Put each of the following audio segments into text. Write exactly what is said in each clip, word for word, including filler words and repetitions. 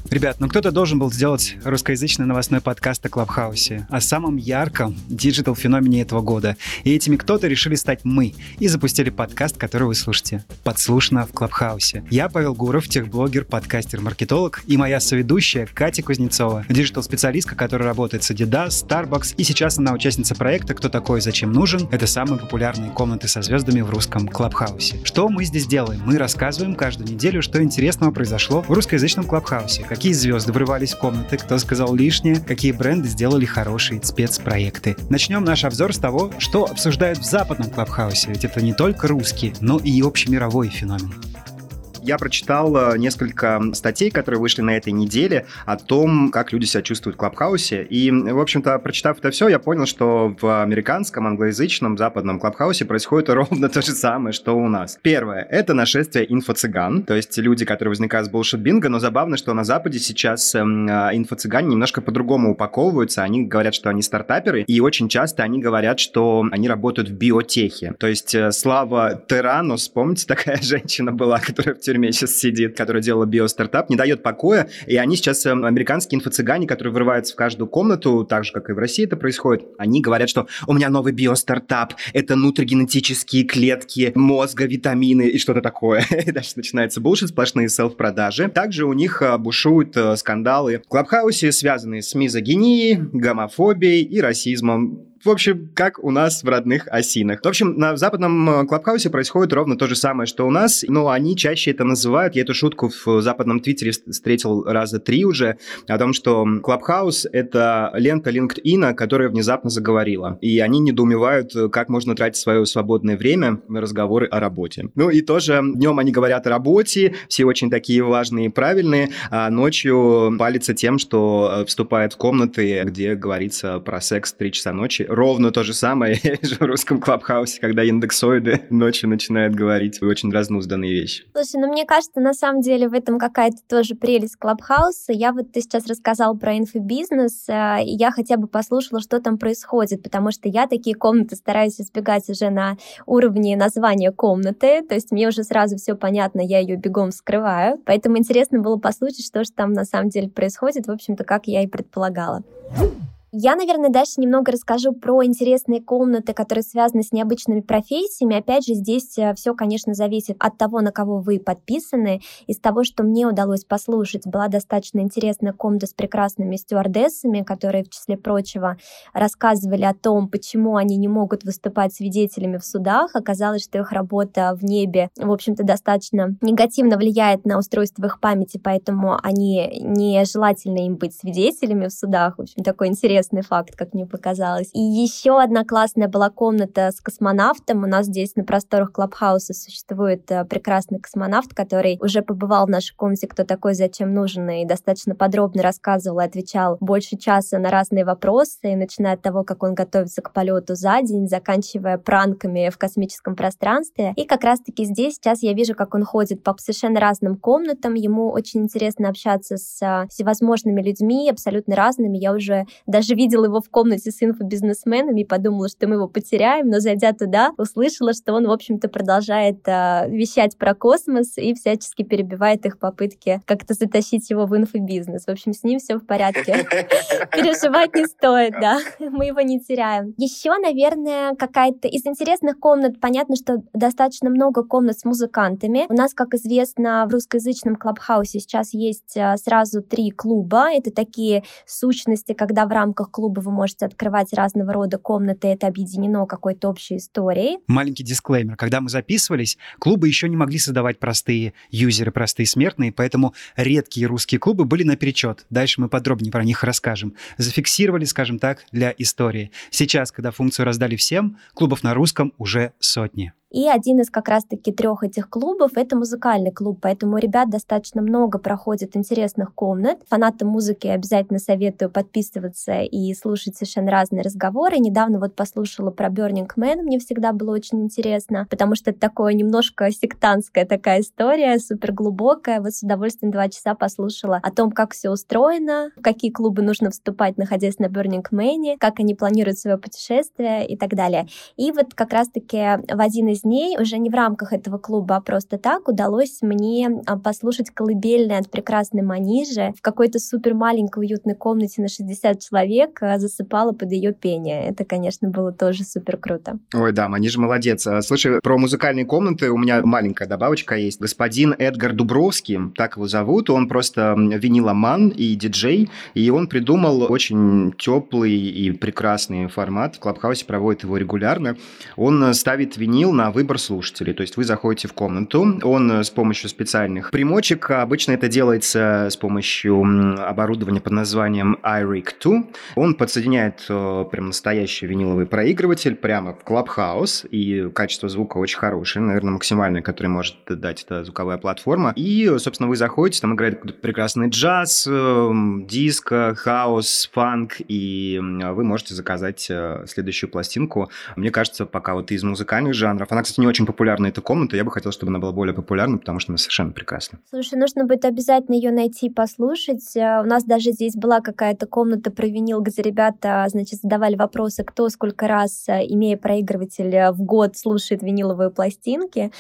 Ребят, ну кто-то должен был сделать русскоязычный новостной подкаст о Клабхаусе, о самом ярком диджитал-феномене этого года. И этими кто-то решили стать мы и запустили подкаст, который вы слушаете. «Подслушано в Клабхаусе». Я Павел Гуров, техблогер, подкастер, маркетолог, и моя соведущая Катя Кузнецова, диджитал-специалистка, которая работает с Adidas, Starbucks, и сейчас она участница проекта «Кто такой, зачем нужен?». Это самые популярные комнаты со звездами в русском Клабхаусе. Что мы здесь делаем? Мы рассказываем каждую неделю, что интересного произошло в русскоязычном Клабхаусе. Какие звезды врывались в комнаты, кто сказал лишнее, какие бренды сделали хорошие спецпроекты. Начнем наш обзор с того, что обсуждают в западном Клабхаусе, ведь это не только русский, но и общемировой феномен. Я прочитал несколько статей, которые вышли на этой неделе, о том, как люди себя чувствуют в Клабхаусе. И, в общем-то, прочитав это все, я понял, что в американском, англоязычном, западном Клабхаусе происходит ровно то же самое, что у нас. Первое – это нашествие инфо-цыган, то есть люди, которые возникают с bullshit-бинго, но забавно, что на Западе сейчас инфо-цыгане немножко по-другому упаковываются. Они говорят, что они стартаперы, и очень часто они говорят, что они работают в биотехе. То есть Слава Теранос, помните, такая женщина была, которая в тюрьме сейчас сидит, которая делала биостартап, не дает покоя, и они сейчас, американские инфо-цыгане, которые врываются в каждую комнату, так же, как и в России это происходит, они говорят, что у меня новый биостартап, это нутригенетические клетки мозга, витамины и что-то такое. И дальше начинается булшит, сплошные селф-продажи. Также у них бушуют скандалы в Клабхаусе, связанные с мизогинией, гомофобией и расизмом. В общем, как у нас в родных осинах. В общем, на западном Клабхаусе происходит ровно то же самое, что у нас, но они чаще это называют. Я эту шутку в западном Твиттере встретил раза три уже, о том, что Клабхаус — это лента LinkedIn, которая внезапно заговорила. И они недоумевают, как можно тратить свое свободное время на разговоры о работе. Ну и тоже днем они говорят о работе, все очень такие важные и правильные, а ночью палятся тем, что вступает в комнаты, где говорится про секс в три часа ночи. Ровно то же самое в русском Клабхаусе, когда индексоиды ночью начинают говорить очень разнузданные вещи. Слушай, ну мне кажется, на самом деле в этом какая-то тоже прелесть Клабхауса. Я вот, ты сейчас рассказал про инфобизнес, и я хотя бы послушала, что там происходит, потому что я такие комнаты стараюсь избегать уже на уровне названия комнаты, то есть мне уже сразу все понятно, я ее бегом скрываю, поэтому интересно было послушать, что же там на самом деле происходит, в общем-то, как я и предполагала. Я, наверное, дальше немного расскажу про интересные комнаты, которые связаны с необычными профессиями. Опять же, здесь все, конечно, зависит от того, на кого вы подписаны. Из того, что мне удалось послушать, была достаточно интересная комната с прекрасными стюардессами, которые, в числе прочего, рассказывали о том, почему они не могут выступать свидетелями в судах. Оказалось, что их работа в небе, в общем-то, достаточно негативно влияет на устройство их памяти, поэтому они нежелательно им быть свидетелями в судах. В общем, такой интересный факт, как мне показалось. И еще одна классная была комната с космонавтом. У нас здесь на просторах Клабхауса существует прекрасный космонавт, который уже побывал в нашей комнате «Кто такой, зачем нужен?» и достаточно подробно рассказывал и отвечал больше часа на разные вопросы, начиная от того, как он готовится к полету за день, заканчивая пранками в космическом пространстве. И как раз-таки здесь сейчас я вижу, как он ходит по совершенно разным комнатам. Ему очень интересно общаться с всевозможными людьми, абсолютно разными. Я уже даже видела его в комнате с инфобизнесменами и подумала, что мы его потеряем, но зайдя туда, услышала, что он, в общем-то, продолжает э, вещать про космос и всячески перебивает их попытки как-то затащить его в инфобизнес. В общем, с ним все в порядке. Переживать не стоит, да. Мы его не теряем. Еще, наверное, какая-то из интересных комнат. Понятно, что достаточно много комнат с музыкантами. У нас, как известно, в русскоязычном Клабхаусе сейчас есть сразу три клуба. Это такие сущности, когда в рамках клуба вы можете открывать разного рода комнаты, это объединено какой-то общей историей. Маленький дисклеймер. Когда мы записывались, клубы еще не могли создавать простые юзеры, простые смертные, поэтому редкие русские клубы были наперечет. Дальше мы подробнее про них расскажем. Зафиксировали, скажем так, для истории. Сейчас, когда функцию раздали всем, клубов на русском уже сотни. И один из как раз-таки трех этих клубов — это музыкальный клуб, поэтому у ребят достаточно много проходит интересных комнат. Фанатам музыки обязательно советую подписываться и слушать совершенно разные разговоры. Недавно вот послушала про Burning Man, мне всегда было очень интересно, потому что это такое немножко сектантская такая история, супер глубокая. Вот с удовольствием два часа послушала о том, как все устроено, в какие клубы нужно вступать, находясь на Burning Man, как они планируют свое путешествие и так далее. И вот как раз-таки в один из из ней, уже не в рамках этого клуба, а просто так, удалось мне послушать колыбельные от прекрасной Манижи в какой-то супер маленькой уютной комнате на шестьдесят человек, засыпала под ее пение. Это, конечно, было тоже супер круто. Ой, да, Манижа молодец. Слушай, про музыкальные комнаты у меня маленькая добавочка есть. Господин Эдгар Дубровский, так его зовут, он просто виниломан и диджей, и он придумал очень теплый и прекрасный формат. В Клабхаусе проводит его регулярно. Он ставит винил на выбор слушателей, то есть вы заходите в комнату, он с помощью специальных примочек, обычно это делается с помощью оборудования под названием ай рик два, он подсоединяет прям настоящий виниловый проигрыватель прямо в Клабхаус, и качество звука очень хорошее, наверное, максимальное, которое может дать эта звуковая платформа. И, собственно, вы заходите, там играет какой-то прекрасный джаз, диско, хаус, фанк, и вы можете заказать следующую пластинку. Мне кажется, пока вот из музыкальных жанров, она, кстати, не очень популярна, эта комната, я бы хотел, чтобы она была более популярна, потому что она совершенно прекрасна. Слушай, нужно будет обязательно ее найти и послушать. У нас даже здесь была какая-то комната про винил, где ребята, значит, задавали вопросы, кто сколько раз, имея проигрыватель, в год слушает виниловые пластинки,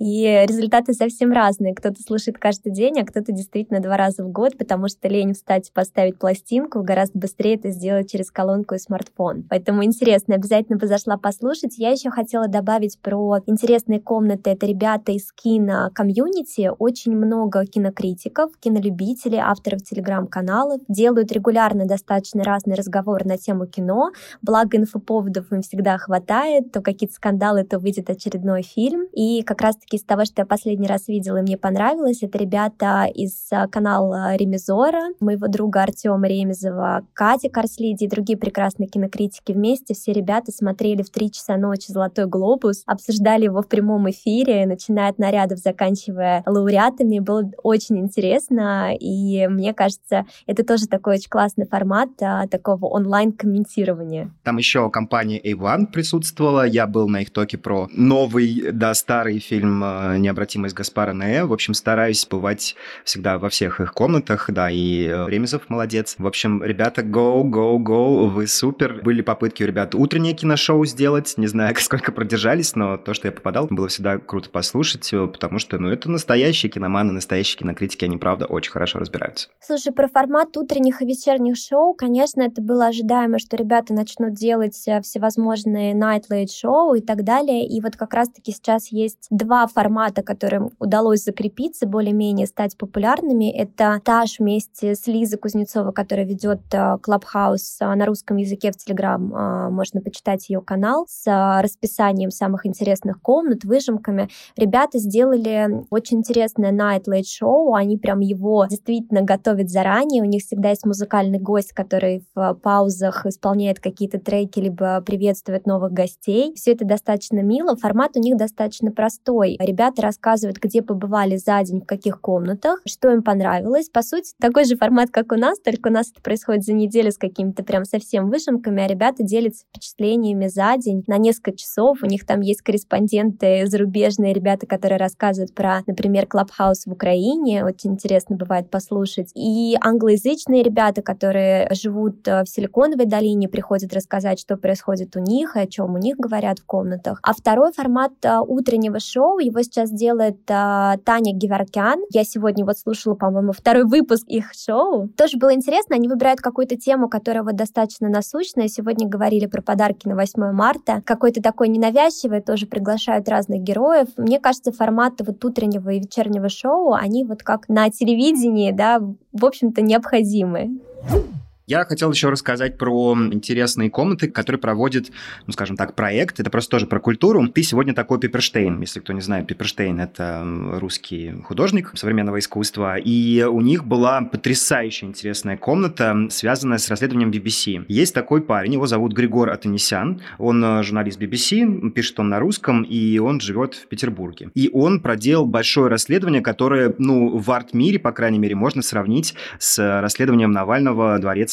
и результаты совсем разные. Кто-то слушает каждый день, а кто-то действительно два раза в год, потому что лень встать и поставить пластинку, гораздо быстрее это сделать через колонку и смартфон. Поэтому интересно, обязательно бы зашла послушать. Я еще хотела добавить про интересные комнаты. Это ребята из кино-комьюнити. Очень много кинокритиков, кинолюбителей, авторов телеграм-каналов. Делают регулярно достаточно разный разговор на тему кино. Благо инфоповодов им всегда хватает. То какие-то скандалы, то выйдет очередной фильм. И как раз-таки из того, что я последний раз видела и мне понравилось, это ребята из канала Ремезора, моего друга Артема Ремезова, Катя Корслиди и другие прекрасные кинокритики вместе. Все ребята смотрели в три часа ночи «Золотой глобус», обсуждали его в прямом эфире, начиная от нарядов, заканчивая лауреатами. Было очень интересно, и мне кажется, это тоже такой очень классный формат а, такого онлайн-комментирования. Там еще компания эй один присутствовала, я был на их токе про новый, да, старый фильм «Необратимость Гаспара Ноэ». В общем, стараюсь бывать всегда во всех их комнатах, да, и Ремезов молодец. В общем, ребята, go, go, go, вы супер. Были попытки у ребят утреннее киношоу сделать, не знаю, сколько продержались, но то, что я попадал, было всегда круто послушать, потому что, ну, это настоящие киноманы, настоящие кинокритики, они, правда, очень хорошо разбираются. Слушай, про формат утренних и вечерних шоу, конечно, это было ожидаемо, что ребята начнут делать всевозможные night late шоу и так далее, и вот как раз-таки сейчас есть два формата, которым удалось закрепиться, более-менее стать популярными. Это Таш вместе с Лизой Кузнецовой, которая ведет Клабхаус на русском языке в Телеграм, можно почитать ее канал с расписанием самых интересных комнат, выжимками. Ребята сделали очень интересное Night Late Show, они прям его действительно готовят заранее, у них всегда есть музыкальный гость, который в паузах исполняет какие-то треки, либо приветствует новых гостей. Все это достаточно мило, формат у них достаточно простой. Ребята рассказывают, где побывали за день, в каких комнатах, что им понравилось. По сути, такой же формат, как у нас, только у нас это происходит за неделю с какими-то прям совсем выжимками, а ребята делятся впечатлениями за день на несколько часов. У них там есть корреспонденты зарубежные, ребята, которые рассказывают про, например, Клабхаус в Украине. Очень интересно бывает послушать. И англоязычные ребята, которые живут в Силиконовой долине, приходят рассказать, что происходит у них и о чем у них говорят в комнатах. А второй формат утреннего шоу, его сейчас делает а, Таня Геворкян. Я сегодня вот слушала, по-моему, второй выпуск их шоу. Тоже было интересно, они выбирают какую-то тему, которая вот достаточно насущная. Сегодня говорили про подарки на восьмое марта. Какой-то такой ненавязчивый, тоже приглашают разных героев. Мне кажется, форматы вот утреннего и вечернего шоу, они вот как на телевидении, да, в общем-то, необходимы. Я хотел еще рассказать про интересные комнаты, которые проводят, ну, скажем так, проект. Это просто тоже про культуру. Ты сегодня такой Пепперштейн. Если кто не знает, Пепперштейн – это русский художник современного искусства. И у них была потрясающе интересная комната, связанная с расследованием би би си. Есть такой парень, его зовут Григор Атанесян. Он журналист би би си, пишет он на русском, и он живет в Петербурге. И он проделал большое расследование, которое, ну, в арт-мире, по крайней мере, можно сравнить с расследованием Навального «Дворец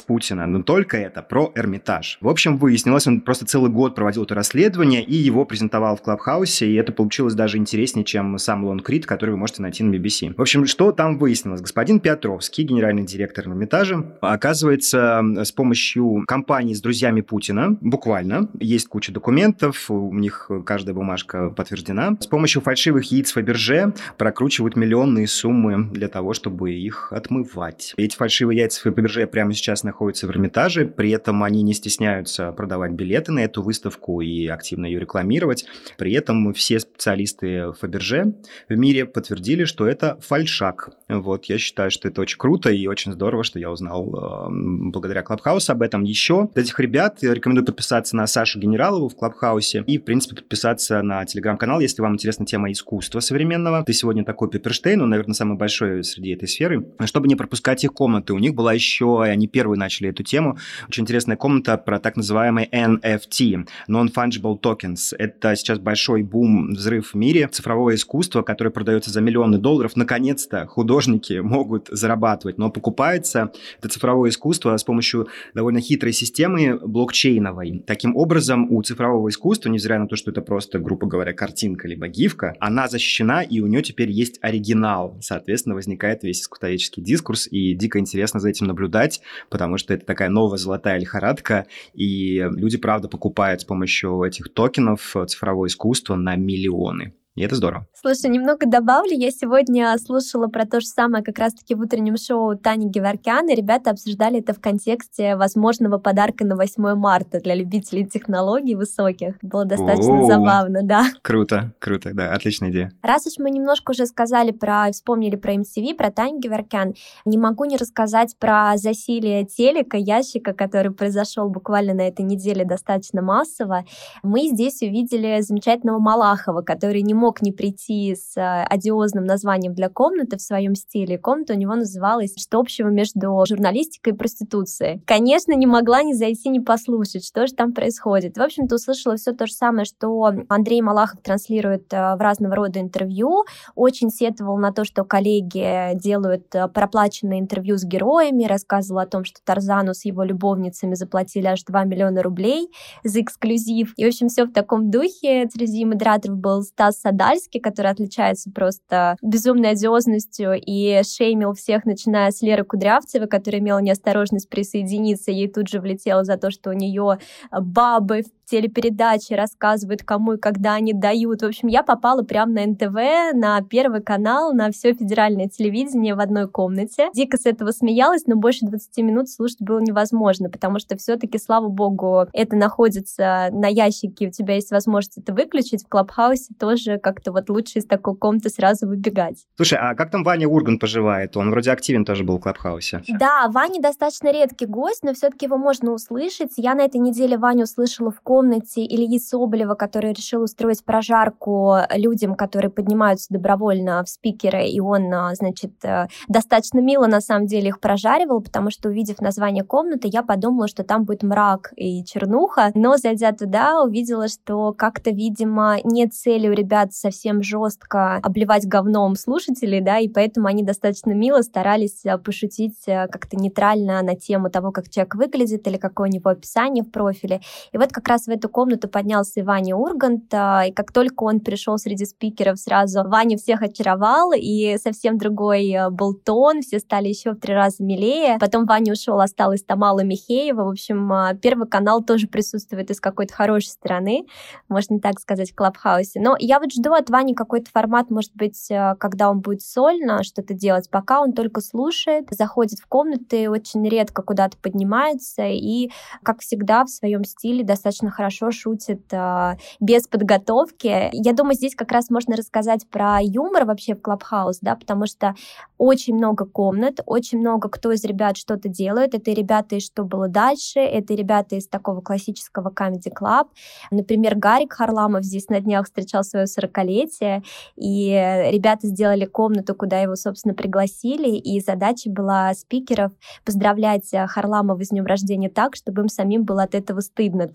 с Путина. Но только это про Эрмитаж. В общем, выяснилось, он просто целый год проводил это расследование и его презентовал в Клабхаусе, и это получилось даже интереснее, чем сам Лон Крид, который вы можете найти на би би си. В общем, что там выяснилось? Господин Петровский, генеральный директор Эрмитажа, оказывается, с помощью компании с друзьями Путина, буквально, есть куча документов, у них каждая бумажка подтверждена, с помощью фальшивых яиц Фаберже прокручивают миллионные суммы для того, чтобы их отмывать. Эти фальшивые яйца Фаберже прямо сейчас находятся в Эрмитаже, при этом они не стесняются продавать билеты на эту выставку и активно ее рекламировать. При этом все специалисты Фаберже в мире подтвердили, что это фальшак. Вот, я считаю, что это очень круто и очень здорово, что я узнал э, благодаря Клабхаусу об этом. Еще этих ребят я рекомендую подписаться на Сашу Генералову в Клабхаусе и, в принципе, подписаться на телеграм-канал, если вам интересна тема искусства современного. Ты сегодня такой Пепперштейн, он, наверное, самый большой среди этой сферы. Чтобы не пропускать их комнаты, у них была еще, они первые начали эту тему, очень интересная комната про так называемые эн эф ти, Non-Fungible Tokens. Это сейчас большой бум, взрыв в мире, цифровое искусство, которое продается за миллионы долларов. Наконец-то художники могут зарабатывать, но покупается это цифровое искусство с помощью довольно хитрой системы блокчейновой. Таким образом, у цифрового искусства, невзирая на то, что это просто, грубо говоря, картинка либо гифка, она защищена, и у нее теперь есть оригинал. Соответственно, возникает весь искусствоведческий дискурс, и дико интересно за этим наблюдать, потому что это такая новая золотая лихорадка, и люди, правда, покупают с помощью этих токенов цифровое искусство на миллионы. И это здорово. Слушай, немного добавлю. Я сегодня слушала про то же самое как раз-таки в утреннем шоу Тани Геворкян, и ребята обсуждали это в контексте возможного подарка на восьмое марта для любителей технологий высоких. Было достаточно О-о-о. забавно, да. Круто, круто, да, отличная идея. Раз уж мы немножко уже сказали про, вспомнили про эм ти ви, про Таню Геворкян, не могу не рассказать про засилие телека, ящика, который произошел буквально на этой неделе достаточно массово. Мы здесь увидели замечательного Малахова, который не мог не прийти с одиозным названием для комнаты в своем стиле. Комната у него называлась «Что общего между журналистикой и проституцией?». Конечно, не могла не зайти, не послушать, что же там происходит. В общем-то, услышала все то же самое, что Андрей Малахов транслирует в разного рода интервью. Очень сетовал на то, что коллеги делают проплаченные интервью с героями, рассказывал о том, что Тарзану с его любовницами заплатили аж два миллиона рублей за эксклюзив. И, в общем, все в таком духе. Среди модераторов был Стас Садальский, который отличается просто безумной одиозностью и шеймил всех, начиная с Леры Кудрявцевой, которая имела неосторожность присоединиться, ей тут же влетело за то, что у нее бабы в телепередаче рассказывают, кому и когда они дают. В общем, я попала прямо на эн тэ вэ, на Первый канал, на все федеральное телевидение в одной комнате. Дико с этого смеялась, но больше двадцати минут слушать было невозможно, потому что все-таки, слава богу, это находится на ящике, у тебя есть возможность это выключить. В Клабхаусе тоже как-то вот лучше из такой комнаты сразу выбегать. Слушай, а как там Ваня Ургант поживает? Он вроде активен тоже был в Клабхаусе. Да, Ваня достаточно редкий гость, но все-таки его можно услышать. Я на этой неделе Ваню услышала в комнате Ильи Соболева, который решил устроить прожарку людям, которые поднимаются добровольно в спикеры, и он, значит, достаточно мило на самом деле их прожаривал, потому что, увидев название комнаты, я подумала, что там будет мрак и чернуха, но, зайдя туда, увидела, что как-то, видимо, нет цели у ребят совсем жестко обливать говном слушателей, да, и поэтому они достаточно мило старались пошутить как-то нейтрально на тему того, как человек выглядит или какое у него описание в профиле. И вот как раз в эту комнату поднялся и Ваня Ургант, и как только он пришел среди спикеров, сразу Ваня всех очаровал, и совсем другой был тон, все стали еще в три раза милее. Потом Ваня ушел, осталась Тамала Михеева. В общем, Первый канал тоже присутствует из какой-то хорошей стороны, можно так сказать, в Клабхаусе. Но я вот жду от Вани какой-то формат, может быть, когда он будет сольно что-то делать, пока он только слушает, заходит в комнаты, очень редко куда-то поднимается и, как всегда, в своем стиле достаточно хорошо шутит э, без подготовки. Я думаю, здесь как раз можно рассказать про юмор вообще в Клабхаус, да, потому что очень много комнат, очень много кто из ребят что-то делает. Это и ребята из «Что было дальше?», это и ребята из такого классического Comedy Club. Например, Гарик Харламов здесь на днях встречал свое сорокалетие, и ребята сделали комнату, куда его, собственно, пригласили, и задача была спикеров поздравлять Харламова с днем рождения так, чтобы им самим было от этого стыдно. То есть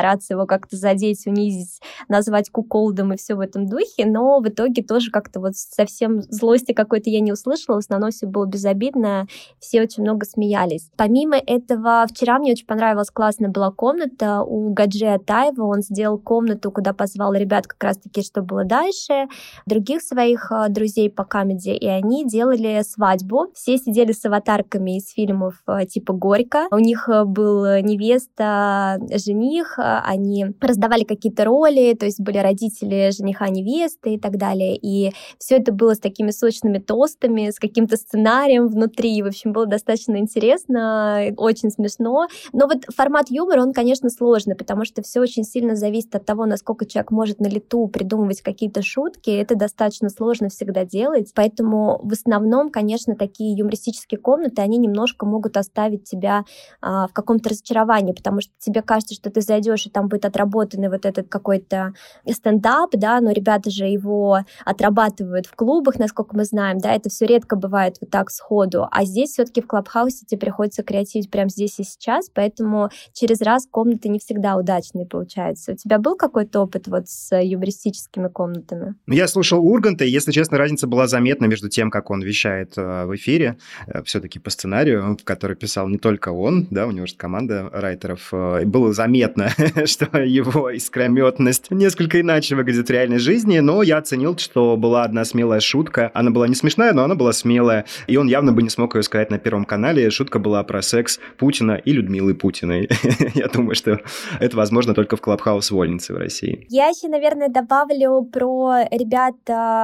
стараться его как-то задеть, унизить, назвать куколдом и все в этом духе, но в итоге тоже как-то вот совсем злости какой-то я не услышала, в основном все было безобидно, все очень много смеялись. Помимо этого, вчера мне очень понравилась, классная была комната у Гаджи Атаева, он сделал комнату, куда позвал ребят как раз-таки, что было дальше, других своих друзей по камеди, и они делали свадьбу. Все сидели с аватарками из фильмов типа «Горько». У них был невеста, жених, они раздавали какие-то роли, то есть были родители жениха, невесты и так далее. И все это было с такими сочными тостами, с каким-то сценарием внутри. В общем, было достаточно интересно, очень смешно. Но вот формат юмора, он, конечно, сложный, потому что все очень сильно зависит от того, насколько человек может на лету придумывать какие-то шутки. Это достаточно сложно всегда делать. Поэтому в основном, конечно, такие юмористические комнаты, они немножко могут оставить тебя а, в каком-то разочаровании, потому что тебе кажется, что ты зайдешь, и там будет отработанный вот этот какой-то стендап, да, но ребята же его отрабатывают в клубах, насколько мы знаем, да, это все редко бывает вот так сходу, а здесь все-таки в Клабхаусе тебе приходится креативить прямо здесь и сейчас, поэтому через раз комнаты не всегда удачные получаются. У тебя был какой-то опыт вот с юмористическими комнатами? Я слушал Урганта, и, если честно, разница была заметна между тем, как он вещает э, в эфире, э, все-таки по сценарию, который писал не только он, да, у него же команда райтеров, э, было заметно, что его искрометность несколько иначе выглядит в реальной жизни, но я оценил, что была одна смелая шутка, она была не смешная, но она была смелая, и он явно бы не смог ее сказать на Первом канале, шутка была про секс Путина и Людмилы Путиной. Я думаю, что это возможно только в Клабхаус Вольницы в России. Я еще, наверное, добавлю про ребят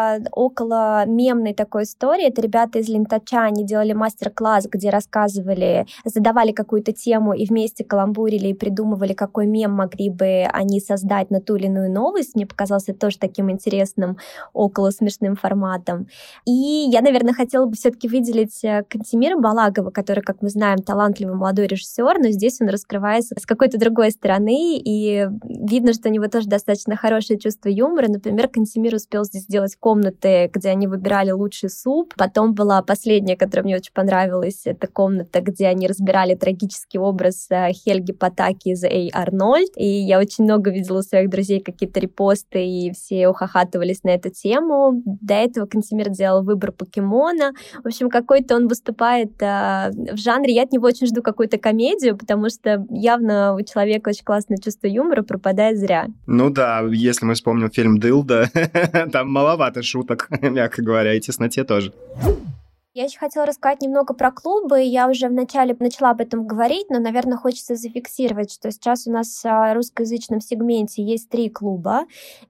около мемной такой истории. Это ребята из Лентача, они делали мастер-класс, где рассказывали, задавали какую-то тему и вместе каламбурили и придумывали, какой мем могли бы они создать на ту или иную новость. Мне показалось это тоже таким интересным, около смешным форматом. И я, наверное, хотела бы все-таки выделить Кантемира Балагова, который, как мы знаем, талантливый молодой режиссер, но здесь он раскрывается с какой-то другой стороны, и видно, что у него тоже достаточно хорошее чувство юмора. Например, Кантемир успел здесь сделать комнаты, где они выбирали лучший суп. Потом была последняя, которая мне очень понравилась, это комната, где они разбирали трагический образ Хельги Потаки из Эй Арнольд. И я очень много видела у своих друзей какие-то репосты, и все ухахатывались на эту тему. До этого Кантемир делал выбор покемона. В общем, какой-то он выступает э, в жанре. Я от него очень жду какую-то комедию, потому что явно у человека очень классное чувство юмора, пропадает зря. Ну да, если мы вспомним фильм «Дылда», там маловато шуток, мягко говоря, и тесноте тоже. Я еще хотела рассказать немного про клубы. Я уже вначале начала об этом говорить, но, наверное, хочется зафиксировать, что сейчас у нас в русскоязычном сегменте есть три клуба.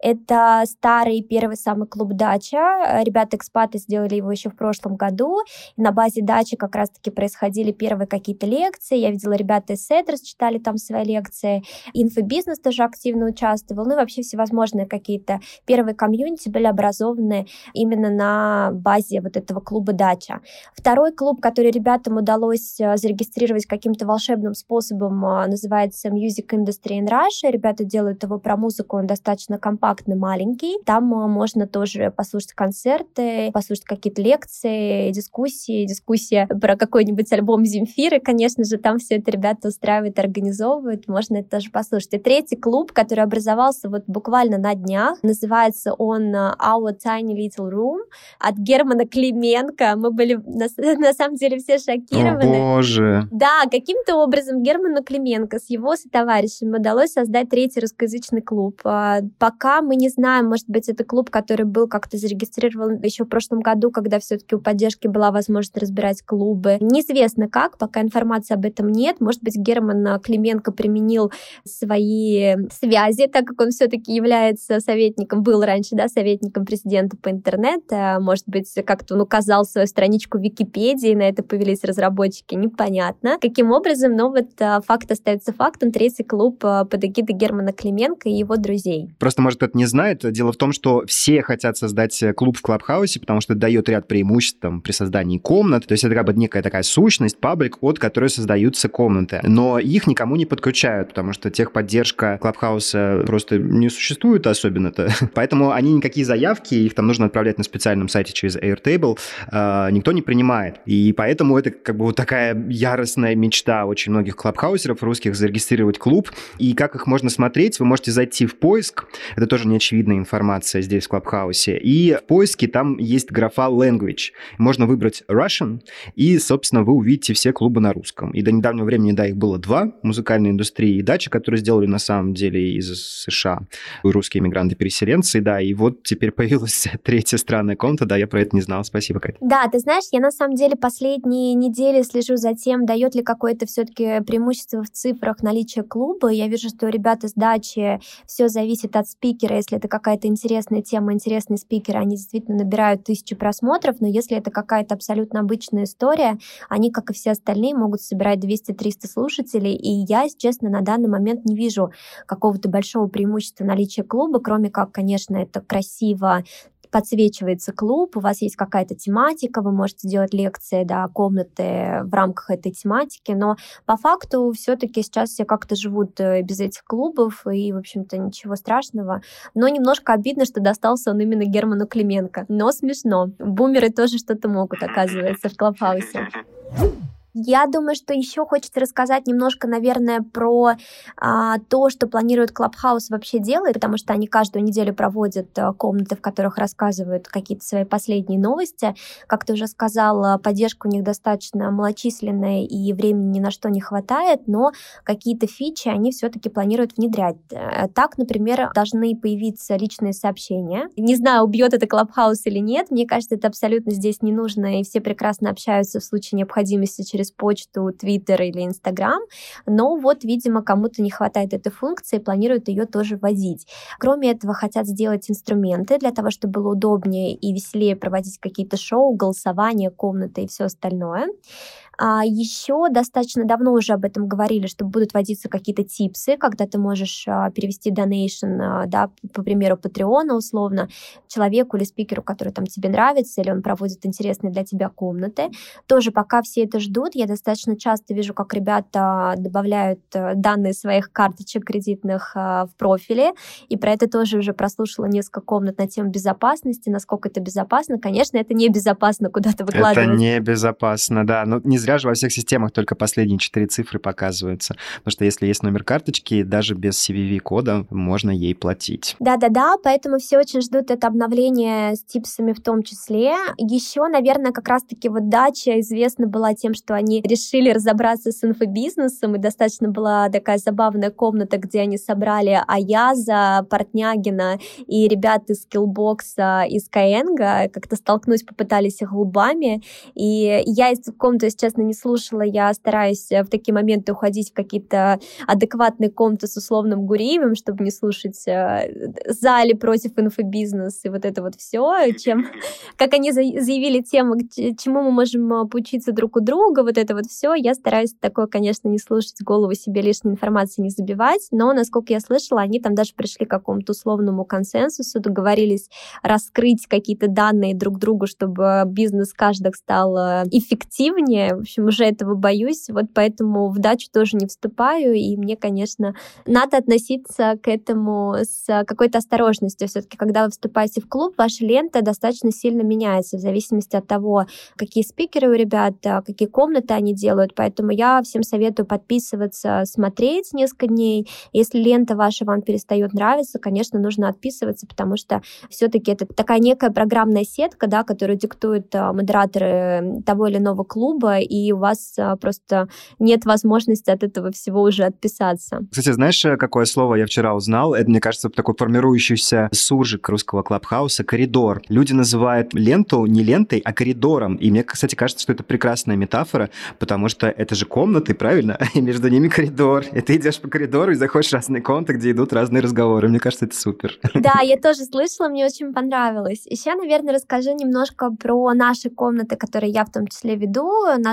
Это старый первый самый клуб «Дача». Ребята-экспаты сделали его еще в прошлом году. На базе «Дачи» как раз-таки происходили первые какие-то лекции. Я видела, ребята из Седрос читали там свои лекции. Инфобизнес тоже активно участвовал. Ну и вообще всевозможные какие-то первые комьюнити были образованы именно на базе вот этого клуба «Дача». Второй клуб, который ребятам удалось зарегистрировать каким-то волшебным способом, называется Music Industry in Russia. Ребята делают его про музыку, он достаточно компактный, маленький. Там можно тоже послушать концерты, послушать какие-то лекции, дискуссии, дискуссия про какой-нибудь альбом Земфиры. Конечно же, там все это ребята устраивают, организовывают. Можно это тоже послушать. И третий клуб, который образовался вот буквально на днях, называется он Our Tiny Little Room от Германа Клименко. Мы были на, на самом деле все шокированы. О, боже! Да, каким-то образом Герману Клименко с его сотоварищами удалось создать третий русскоязычный клуб. Пока мы не знаем, может быть, это клуб, который был как-то зарегистрирован еще в прошлом году, когда все-таки у поддержки была возможность разбирать клубы. Неизвестно как, пока информации об этом нет. Может быть, Герман Клименко применил свои связи, так как он все-таки является советником, был раньше, да, советником президента по интернету. Может быть, как-то он указал свою страничку в Википедии, на это повелись разработчики, непонятно. Каким образом, но вот а, факт остается фактом. Третий клуб а, под эгидой Германа Клименко и его друзей. Просто, может, кто-то не знает. Дело в том, что все хотят создать клуб в Клабхаусе, потому что это дает ряд преимуществ там, при создании комнат. То есть это как бы некая такая сущность, паблик, от которой создаются комнаты. Но их никому не подключают, потому что техподдержка Клабхауса просто не существует особенно-то. Поэтому они никакие заявки, их там нужно отправлять на специальном сайте через Airtable, не никто не принимает. И поэтому это как бы вот такая яростная мечта очень многих клабхаусеров русских зарегистрировать клуб. И как их можно смотреть? Вы можете зайти в поиск. Это тоже неочевидная информация здесь в Клабхаусе. И в поиске там есть графа language. Можно выбрать Russian, и, собственно, вы увидите все клубы на русском. И до недавнего времени, да, их было два. Музыкальной индустрии и дачи, которые сделали на самом деле из США. Русские иммигранты-переселенцы, да. И вот теперь появилась третья странная комната. Да, я про это не знала. Спасибо, Катя. Да, ты знаешь, я на самом деле последние недели слежу за тем, дает ли какое-то все-таки преимущество в цифрах наличие клуба. Я вижу, что ребята с дачи, все зависит от спикера. Если это какая-то интересная тема, интересный спикер, они действительно набирают тысячу просмотров, но если это какая-то абсолютно обычная история, они, как и все остальные, могут собирать двести-триста слушателей, и я, если честно, на данный момент не вижу какого-то большого преимущества наличия клуба, кроме как, конечно, это красиво подсвечивается клуб, у вас есть какая-то тематика, вы можете делать лекции, да, комнаты в рамках этой тематики, но по факту все-таки сейчас все как-то живут без этих клубов, и, в общем-то, ничего страшного. Но немножко обидно, что достался он именно Герману Клименко. Но смешно. Бумеры тоже что-то могут, оказывается, в Клабхаусе. Я думаю, что еще хочется рассказать немножко, наверное, про а, то, что планирует Clubhouse вообще делать, потому что они каждую неделю проводят а, комнаты, в которых рассказывают какие-то свои последние новости. Как ты уже сказала, поддержка у них достаточно малочисленная, и времени ни на что не хватает, но какие-то фичи они все-таки планируют внедрять. Так, например, должны появиться личные сообщения. Не знаю, убьет это Clubhouse или нет, мне кажется, это абсолютно здесь не нужно, и все прекрасно общаются в случае необходимости через почту, Твиттер или Инстаграм, но вот, видимо, кому-то не хватает этой функции, планируют ее тоже вводить. Кроме этого, хотят сделать инструменты для того, чтобы было удобнее и веселее проводить какие-то шоу, голосования, комнаты и все остальное. А еще достаточно давно уже об этом говорили, что будут вводиться какие-то типсы, когда ты можешь а, перевести донейшн, а, да, по примеру, Патреона условно, человеку или спикеру, который там тебе нравится, или он проводит интересные для тебя комнаты. Тоже пока все это ждут, я достаточно часто вижу, как ребята добавляют данные своих карточек кредитных а, в профиле, и про это тоже уже прослушала несколько комнат на тему безопасности, насколько это безопасно. Конечно, это не безопасно куда-то выкладывать. Это не безопасно, да, но не зря же во всех системах только последние четыре цифры показываются. Потому что если есть номер карточки, даже без си ви ви-кода можно ей платить. Да-да-да, поэтому все очень ждут это обновление с типсами в том числе. Еще, наверное, как раз-таки вот дача известна была тем, что они решили разобраться с инфобизнесом, и достаточно была такая забавная комната, где они собрали Аяза, Портнягина и ребят из Skillbox и Skyeng, как-то столкнуть попытались их лбами, и я из комнаты, если честно, не слушала, я стараюсь в такие моменты уходить в какие-то адекватные комнаты с условным Гуриевым, чтобы не слушать за или против инфобизнес и вот это вот все, чем, как они заявили тему, чему мы можем поучиться друг у друга, вот это вот все, я стараюсь такое, конечно, не слушать, голову себе лишней информации не забивать, но, насколько я слышала, они там даже пришли к какому-то условному консенсусу, договорились раскрыть какие-то данные друг другу, чтобы бизнес каждых стал эффективнее. В общем, уже этого боюсь, вот поэтому в дачу тоже не вступаю, и мне, конечно, надо относиться к этому с какой-то осторожностью. Все-таки, когда вы вступаете в клуб, ваша лента достаточно сильно меняется в зависимости от того, какие спикеры у ребят, какие комнаты они делают, поэтому я всем советую подписываться, смотреть несколько дней. Если лента ваша вам перестает нравиться, конечно, нужно отписываться, потому что все-таки это такая некая программная сетка, да, которую диктуют модераторы того или иного клуба, и у вас просто нет возможности от этого всего уже отписаться. Кстати, знаешь, какое слово я вчера узнал? Это, мне кажется, такой формирующийся суржик русского клабхауса — коридор. Люди называют ленту не лентой, а коридором. И мне, кстати, кажется, что это прекрасная метафора, потому что это же комнаты, правильно? И между ними коридор. И ты идешь по коридору и заходишь в разные комнаты, где идут разные разговоры. Мне кажется, это супер. Да, я тоже слышала, мне очень понравилось. Еще, наверное, расскажу немножко про наши комнаты, которые я в том числе веду. Наш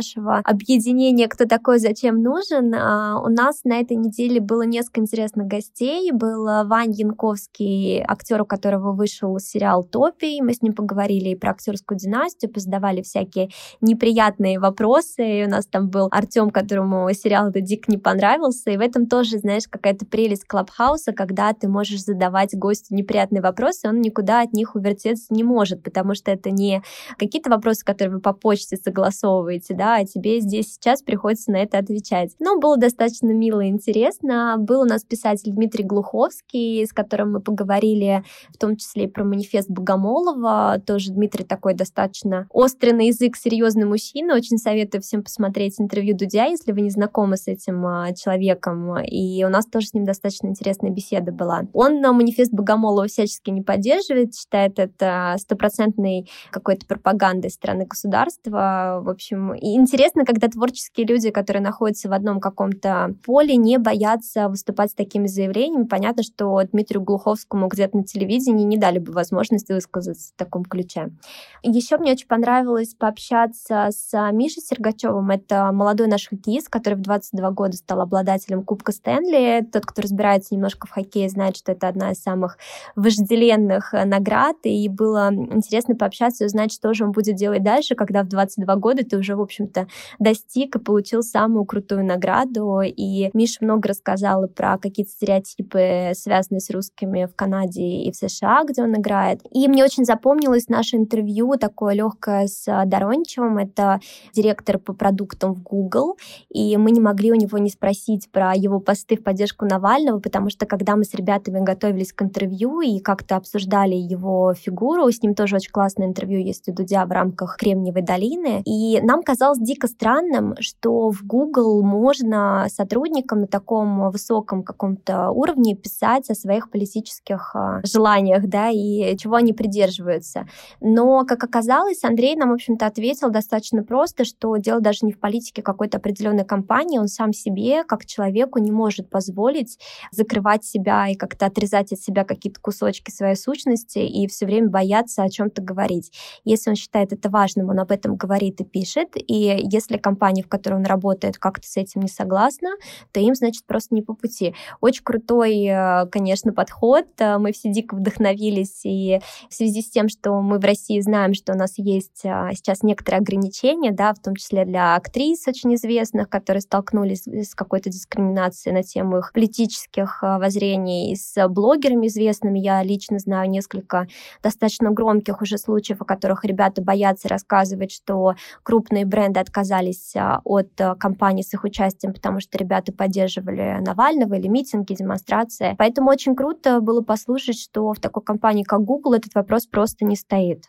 нашего объединения «Кто такой, зачем нужен», у нас на этой неделе было несколько интересных гостей. Был Вань Янковский, актер, у которого вышел сериал «Топи». Мы с ним поговорили и про актерскую династию, позадавали всякие неприятные вопросы. И у нас там был Артем, которому сериал это дико не понравился. И в этом тоже, знаешь, какая-то прелесть Клабхауса, когда ты можешь задавать гостю неприятные вопросы, он никуда от них увертеться не может, потому что это не какие-то вопросы, которые вы по почте согласовываете, да, а тебе здесь сейчас приходится на это отвечать. Но было достаточно мило и интересно. Был у нас писатель Дмитрий Глуховский, с которым мы поговорили в том числе и про манифест Богомолова. Тоже Дмитрий такой достаточно острый на язык, серьезный мужчина. Очень советую всем посмотреть интервью Дудя, если вы не знакомы с этим человеком. И у нас тоже с ним достаточно интересная беседа была. Он манифест Богомолова всячески не поддерживает, считает это стопроцентной какой-то пропагандой стороны государства. В общем, и интересно, когда творческие люди, которые находятся в одном каком-то поле, не боятся выступать с такими заявлениями. Понятно, что Дмитрию Глуховскому где-то на телевидении не дали бы возможность высказаться в таком ключе. Еще мне очень понравилось пообщаться с Мишей Сергачевым. Это молодой наш хоккеист, который в двадцать два года стал обладателем Кубка Стэнли. Тот, кто разбирается немножко в хоккее, знает, что это одна из самых вожделенных наград. И было интересно пообщаться и узнать, что же он будет делать дальше, когда в двадцать два года ты уже, в общем-то, достиг и получил самую крутую награду. И Миша много рассказал про какие-то стереотипы, связанные с русскими в Канаде и в США, где он играет. И мне очень запомнилось наше интервью, такое легкое, с Дороничевым. Это директор по продуктам в Google. И мы не могли у него не спросить про его посты в поддержку Навального, потому что когда мы с ребятами готовились к интервью и как-то обсуждали его фигуру, с ним тоже очень классное интервью есть у Дудя в рамках Кремниевой долины, и нам казалось дико странным, что в Google можно сотрудникам на таком высоком каком-то уровне писать о своих политических желаниях, да, и чего они придерживаются. Но, как оказалось, Андрей нам, в общем-то, ответил достаточно просто, что дело даже не в политике какой-то определенной компании, он сам себе, как человеку, не может позволить закрывать себя и как-то отрезать от себя какие-то кусочки своей сущности и все время бояться о чем-то говорить. Если он считает это важным, он об этом говорит и пишет, и если компания, в которой он работает, как-то с этим не согласна, то им, значит, просто не по пути. Очень крутой, конечно, подход. Мы все дико вдохновились, и в связи с тем, что мы в России знаем, что у нас есть сейчас некоторые ограничения, да, в том числе для актрис очень известных, которые столкнулись с какой-то дискриминацией на тему их политических воззрений, и с блогерами известными. Я лично знаю несколько достаточно громких уже случаев, о которых ребята боятся рассказывать, что крупные бренды отказались от кампании с их участием, потому что ребята поддерживали Навального или митинги, демонстрации. Поэтому очень круто было послушать, что в такой компании, как Google, этот вопрос просто не стоит.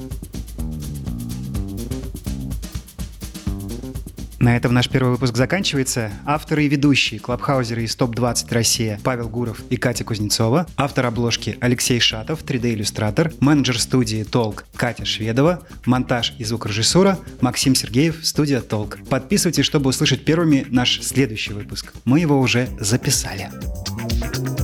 На этом наш первый выпуск заканчивается. Авторы и ведущие, клабхаузеры из топ двадцать Россия Павел Гуров и Катя Кузнецова, автор обложки Алексей Шатов, три дэ-иллюстратор, менеджер студии Толк Катя Шведова, монтаж и звукорежиссура Максим Сергеев, студия Толк. Подписывайтесь, чтобы услышать первыми наш следующий выпуск. Мы его уже записали.